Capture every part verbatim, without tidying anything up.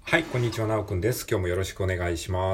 はい、こんにちは、なおくんです。今日もよろしくお願いします。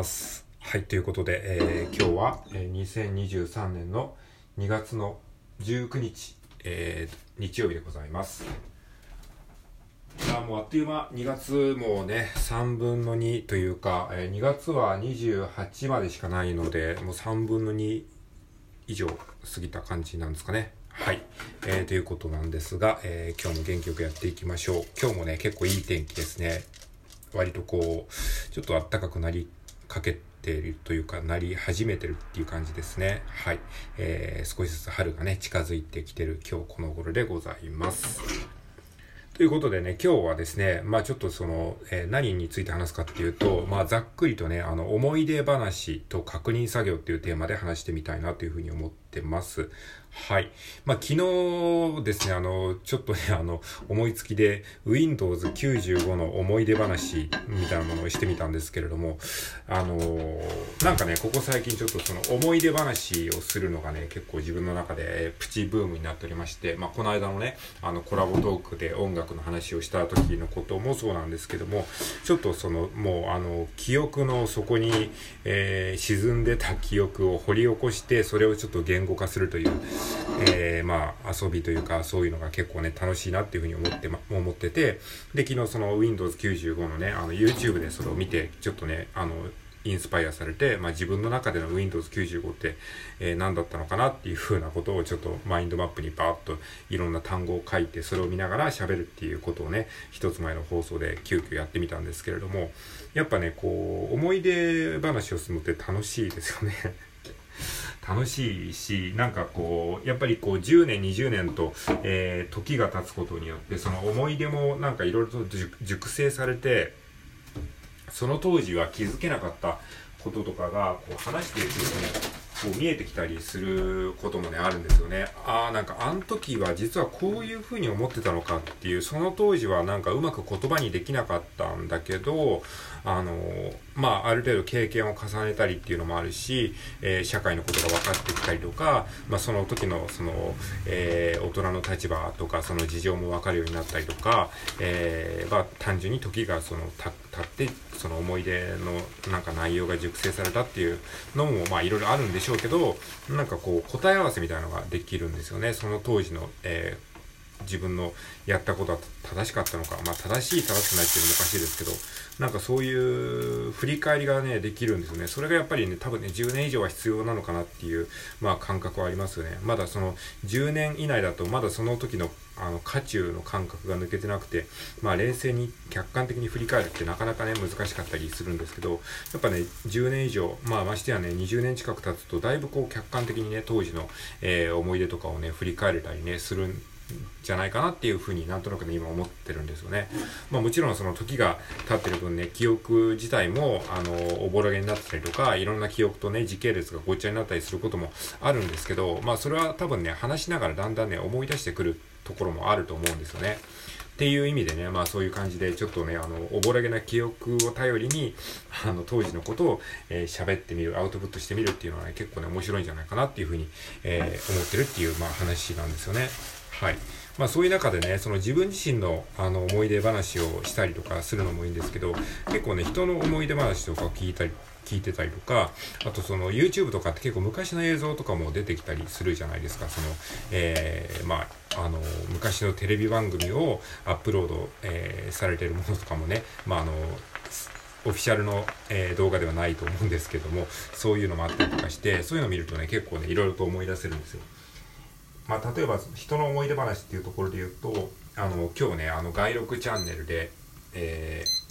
はい、ということで、えー、今日は、えー、にせんにじゅうさんねんのにがつのじゅうくにち、えー、日曜日でございます。あもうあっという間、にがつもうね、さんぶんのにというか、えー、にがつはにじゅうはちまでしかないので、もうさんぶんのに以上過ぎた感じなんですかね。はい、えー、ということなんですが、えー、今日も元気よくやっていきましょう。今日もね、結構いい天気ですね。割とこうちょっと暖かくなりかけているというかなり始めてるっていう感じですね。はい、えー、少しずつ春がね近づいてきてる今日この頃でございます。ということでね、今日はですね、まあちょっとその、えー、何について話すかっていうと、まあざっくりとね、あの思い出話と確認作業っていうテーマで話してみたいなというふうに思ってます。はい。まあ昨日ですね、あの、ちょっとね、あの、思いつきで ウィンドウズきゅうじゅうご の思い出話みたいなものをしてみたんですけれども、あのー、なんかね、ここ最近ちょっとその思い出話をするのがね、結構自分の中でプチブームになっておりまして、まあこの間のね、あのコラボトークで音楽の話をした時のこともそうなんですけども、ちょっとそのもうあの記憶の底に、えー、沈んでた記憶を掘り起こしてそれをちょっと言語化するという、えー、まあ遊びというかそういうのが結構ね楽しいなっていうふうに思って、ま、思ってて、で昨日その ウィンドウズきゅうじゅうご のねあの YouTube でそれを見てちょっとねあのインスパイアされて、まあ、自分の中での ウィンドウズきゅうじゅうご って、えー、何だったのかなっていう風なことをちょっとマインドマップにバーッといろんな単語を書いてそれを見ながら喋るっていうことをね一つ前の放送で急遽やってみたんですけれども、やっぱねこう思い出話をするのって楽しいですよね楽しいし、なんかこうやっぱりこうじゅうねんにじゅうねんと、えー、時が経つことによってその思い出もなんかいろいろと熟成されて、その当時は気づけなかったこととかがこう話しているとこう見えてきたりすることもねあるんですよね。ああなんかあの時は実はこういう風に思ってたのかっていう、その当時はなんかうまく言葉にできなかったんだけど、あのまあある程度経験を重ねたりっていうのもあるし、えー、社会のことが分かってきたりとか、まあその時のその、えー、大人の立場とかその事情も分かるようになったりとか、えー、まあ単純に時がそのた経ってその思い出のなんか内容が熟成されたっていうのもまあいろいろあるんでしょうけど、なんかこう答え合わせみたいなのができるんですよね。その当時の、えー、自分のやったことは正しかったのか、まあ正しい正しくないっていうのもおかしいですけど、なんかそういう振り返りがねできるんですよね。それがやっぱりね多分ねじゅうねん以上は必要なのかなっていうまあ感覚はありますよね。まだそのじゅうねん以内だとまだその時のあの渦中の感覚が抜けてなくて、まあ冷静に客観的に振り返るってなかなかね難しかったりするんですけど、やっぱねじゅうねん以上、まあましてやねにじゅうねん近く経つとだいぶこう客観的にね当時の、えー、思い出とかをね振り返れたりねするんじゃないかなっていうふうになんとなくね今思ってるんですよね。まあもちろんその時が経ってる分ね記憶自体もあのおぼろげになってたりとか、いろんな記憶とね時系列がごっちゃになったりすることもあるんですけど、まあそれは多分ね話しながらだんだんね思い出してくるところもあると思うんですよね。っていう意味でね、まあそういう感じでちょっとねあのおぼろげな記憶を頼りにあの当時のことを喋、えー、ってみる、アウトプットしてみるっていうのはね結構ね面白いんじゃないかなっていうふうに、えー、思ってるっていうまあ話なんですよね。はい。まあそういう中でね、その自分自身のあの思い出話をしたりとかするのもいいんですけど、結構ね人の思い出話とかを聞いたり聞いてたりとか、あとその YouTube とかって結構昔の映像とかも出てきたりするじゃないですか。その、えー、まああの昔のテレビ番組をアップロード、えー、されているものとかもね、まああのオフィシャルの、えー、動画ではないと思うんですけども、そういうのもあったりとかして、そういうのを見るとね結構ねいろいろと思い出せるんですよ。まあ例えば人の思い出話っていうところで言うと、あの今日ねあの外録チャンネルで、えー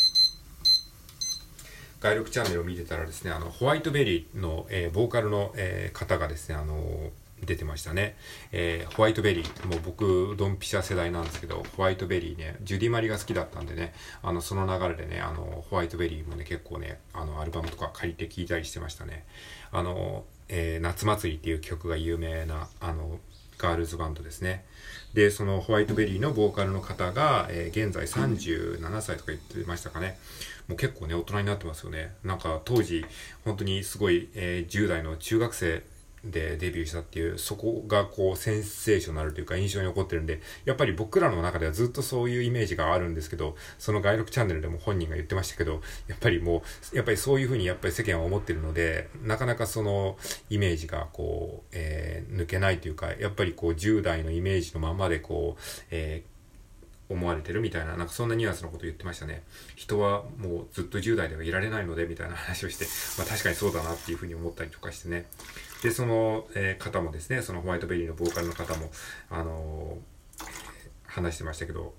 外録チャンネルを見てたらですね、あのホワイトベリーの、えー、ボーカルの、えー、方がですね、あのー、出てましたね。えー、ホワイトベリー、もう僕ドンピシャ世代なんですけど、ホワイトベリーね、ジュディマリが好きだったんでね、あのその流れでね、あのホワイトベリーもね結構ね、あのアルバムとか借りて聴いたりしてましたね。あの、えー、夏祭りっていう曲が有名なあのガールズバンドですね。でそのホワイトベリーのボーカルの方が、えー、現在さんじゅうななさいとか言ってましたかね。もう結構ね大人になってますよね。なんか当時本当にすごい、えー、じゅう代の中学生でデビューしたっていう、そこがこうセンセーショナルというか印象に残ってるんで、やっぱり僕らの中ではずっとそういうイメージがあるんですけど、その外録チャンネルでも本人が言ってましたけど、やっぱりもうやっぱりそういう風にやっぱり世間は思ってるので、なかなかそのイメージがこう、えー、抜けないというか、やっぱりこうじゅう代のイメージのままでこう、えー思われてるみたいな、なんかそんなニュアンスのことを言ってましたね。人はもうずっとじゅう代ではいられないのでみたいな話をして、まあ確かにそうだなっていうふうに思ったりとかしてね。で、その、えー、方もですね、そのホワイトベリーのボーカルの方も、あのー、話してましたけど、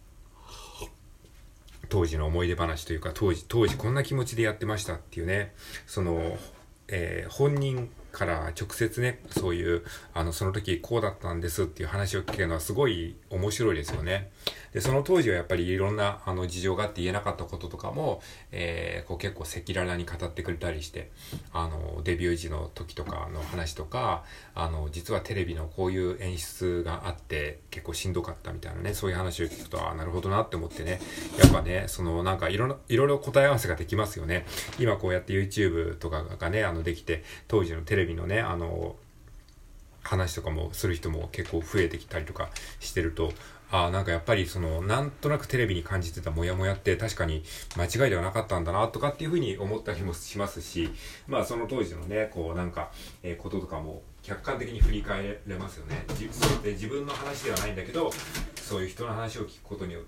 当時の思い出話というか、当時、当時こんな気持ちでやってましたっていうね、その、えー、本人から直接ね、そういう、あの、その時こうだったんですっていう話を聞けるのはすごい面白いですよね。で、その当時はやっぱりいろんな、あの、事情があって言えなかったこととかも、えー、こう結構赤裸々に語ってくれたりして、あの、デビュー時の時とかの話とか、あの、実はテレビのこういう演出があって、結構しんどかったみたいなね、そういう話を聞くと、あ、なるほどなって思ってね、やっぱね、その、なんかいろいろ、いろいろ答え合わせができますよね。今こうやって YouTube とかがね、あの、できて、当時のテレビのね、あの、話とかもする人も結構増えてきたりとかしてると、ああ、なんかやっぱりその、なんとなくテレビに感じてたモヤモヤって確かに間違いではなかったんだなとかっていうふうに思ったりもしますし、まあその当時のね、こうなんか、えー、こととかも客観的に振り返れますよね。自分で自分の話ではないんだけど、そういう人の話を聞くことによって、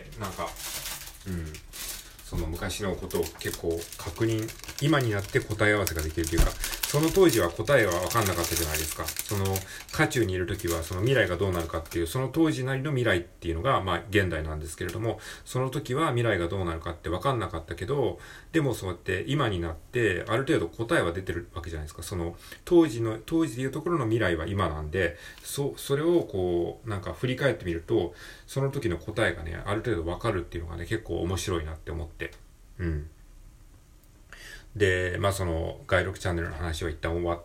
なんか、うん、その昔のことを結構確認、今になって答え合わせができるというか、その当時は答えは分かんなかったじゃないですか。その渦中にいるときはその未来がどうなるかっていう、その当時なりの未来っていうのがまあ現代なんですけれども、その時は未来がどうなるかって分かんなかったけど、でもそうやって今になってある程度答えは出てるわけじゃないですか。その当時の当時でいうところの未来は今なんで、そそれをこうなんか振り返ってみると、その時の答えがねある程度分かるっていうのがね結構面白いなって思って、うん。で、まあその外録チャンネルの話は一旦終わって、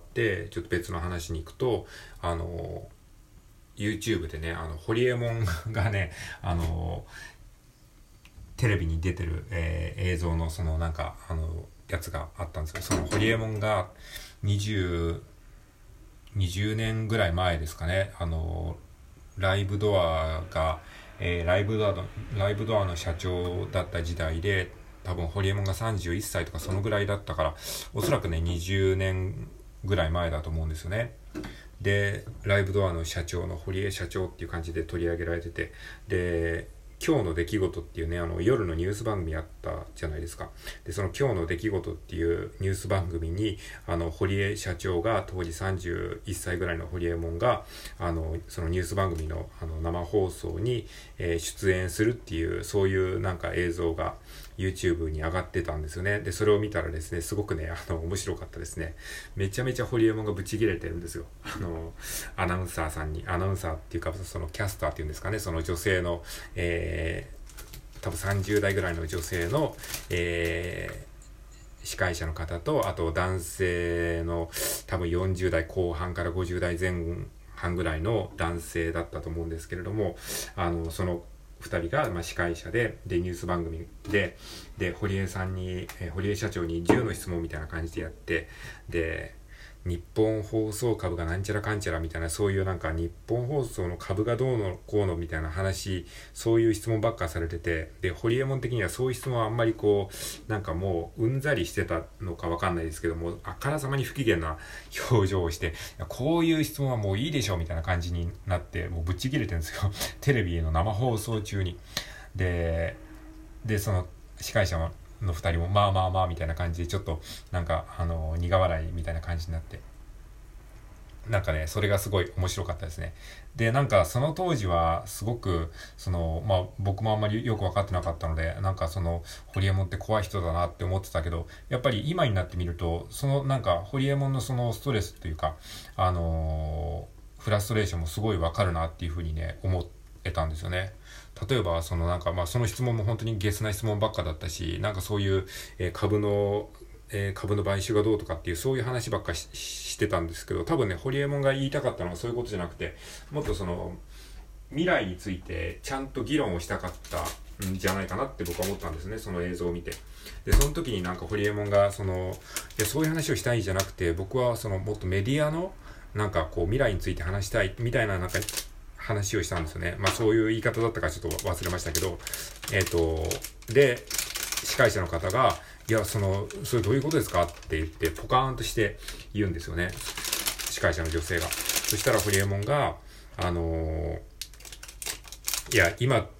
ちょっと別の話に行くと、あの、YouTube でね、あの、ホリエモンがね、あの、テレビに出てる、えー、映像のそのなんか、あの、やつがあったんですけど、そのホリエモンがにじゅう、にじゅうねんぐらい前ですかね、あの、ライブドアが、えー、ライブドアの、ライブドアの社長だった時代で、多分ホリエモンがさんじゅういっさいとかそのぐらいだったから、おそらくねにじゅうねんぐらい前だと思うんですよね。で、ライブドアの社長の堀江社長っていう感じで取り上げられてて、で、今日の出来事っていうね、あの夜のニュース番組あったじゃないですか。で、その今日の出来事っていうニュース番組に、あの、堀江社長が、当時さんじゅういっさいぐらいの堀江門が、あの、そのニュース番組のあの生放送に、えー、出演するっていう、そういうなんか映像が YouTube に上がってたんですよね。で、それを見たらですね、すごくね、あの、面白かったですね。めちゃめちゃ堀江門がブチ切れてるんですよ。あの、アナウンサーさんに、アナウンサーっていうか、そのキャスターっていうんですかね、その女性の、えーえー、多分さんじゅう代ぐらいの女性の、えー、司会者の方と、あと男性の多分よんじゅう代後半からごじゅう代前半ぐらいの男性だったと思うんですけれども、あのそのふたりが、まあ、司会者で、で、ニュース番組で、で、堀江さんに、えー、堀江社長にじゅうの質問みたいな感じでやって、で、日本放送株がなんちゃらかんちゃらみたいな、そういうなんか日本放送の株がどうのこうのみたいな話、そういう質問ばっかされてて、で、ホリエモン的にはそういう質問はあんまりこう、なんかもううんざりしてたのかわかんないですけども、あからさまに不機嫌な表情をして、こういう質問はもういいでしょみたいな感じになって、もうぶっちぎれてるんですよ。テレビの生放送中に。で、で、その司会者も、の二人もまあまあまあみたいな感じでちょっとなんかあの苦笑いみたいな感じになって、なんかねそれがすごい面白かったですね。でなんかその当時はすごくそのまあ僕もあんまりよく分かってなかったので、なんかそのホリエモンって怖い人だなって思ってたけど、やっぱり今になってみるとそのなんかホリエモンのそのストレスというかあのー、フラストレーションもすごい分かるなっていうふうにね思えたんですよね。例えばそのなんかまあその質問も本当にゲスな質問ばっかだったし、なんかそういう、えー、株の、えー、株の買収がどうとかっていうそういう話ばっか し, してたんですけど、多分ねホリエモンが言いたかったのはそういうことじゃなくて、もっとその未来についてちゃんと議論をしたかったんじゃないかなって僕は思ったんですね、その映像を見て。でその時になんかホリエモンがそのいやそういう話をしたいんじゃなくて、僕はそのもっとメディアのなんかこう未来について話したいみたいななんか話をしたんですよね。まあそういう言い方だったかちょっと忘れましたけど、えっと、で、司会者の方が、いや、その、それどういうことですかって言って、ポカーンとして言うんですよね。司会者の女性が。そしたらホリエモンが、あのー、いや、今って、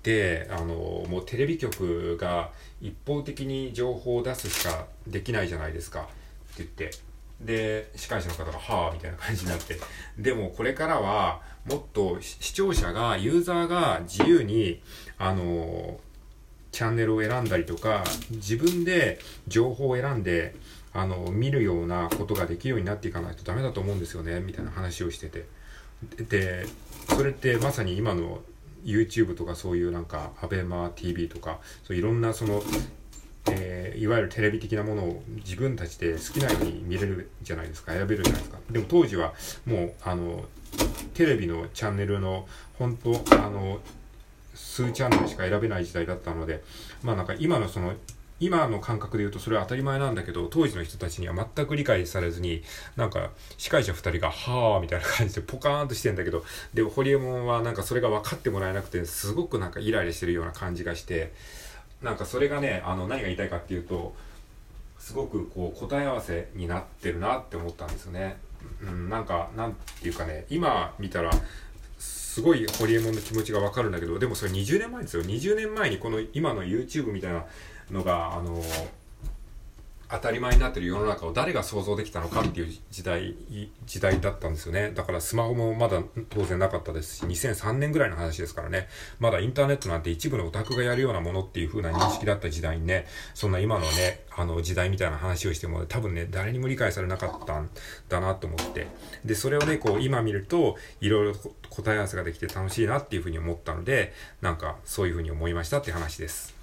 あのー、もうテレビ局が一方的に情報を出すしかできないじゃないですかって言って、で、司会者の方が、はぁ、みたいな感じになって、でもこれからは、もっと視聴者が、ユーザーが自由に、あのー、チャンネルを選んだりとか、自分で情報を選んで、あの、見るようなことができるようになっていかないとダメだと思うんですよね、みたいな話をしてて。で、それってまさに今の YouTube とかそういうなんか、アベマ ティーブイ とか、そういろんなその、えー、いわゆるテレビ的なものを自分たちで好きなように見れるじゃないですか、選べるじゃないですか。でも当時はもう、あの、テレビのチャンネルの、本当あの、数チャンネルしか選べない時代だったので、まあなんか今のその、今の感覚で言うとそれは当たり前なんだけど、当時の人たちには全く理解されずに、なんか司会者二人が、はぁーみたいな感じでポカーンとしてんだけど、でもホリエモンはなんかそれが分かってもらえなくて、すごくなんかイライラしてるような感じがして、なんかそれがね、あの何が言いたいかっていうと、すごくこう答え合わせになってるなって思ったんですよね。うん、なんか、なんていうかね、今見たら、すごいホリエモンの気持ちがわかるんだけど、でもそれにじゅうねんまえですよ。にじゅうねんまえにこの今の YouTube みたいなのが、あの、当たり前になってる世の中を誰が想像できたのかっていう時代、時代だったんですよね。だからスマホもまだ当然なかったですし、にせんさんねんぐらいの話ですからね。まだインターネットなんて一部のオタクがやるようなものっていう風な認識だった時代にね、そんな今のね、あの時代みたいな話をしても多分ね、誰にも理解されなかったんだなと思って。で、それをね、こう今見ると、いろいろ答え合わせができて楽しいなっていう風に思ったので、なんかそういう風に思いましたっていう話です。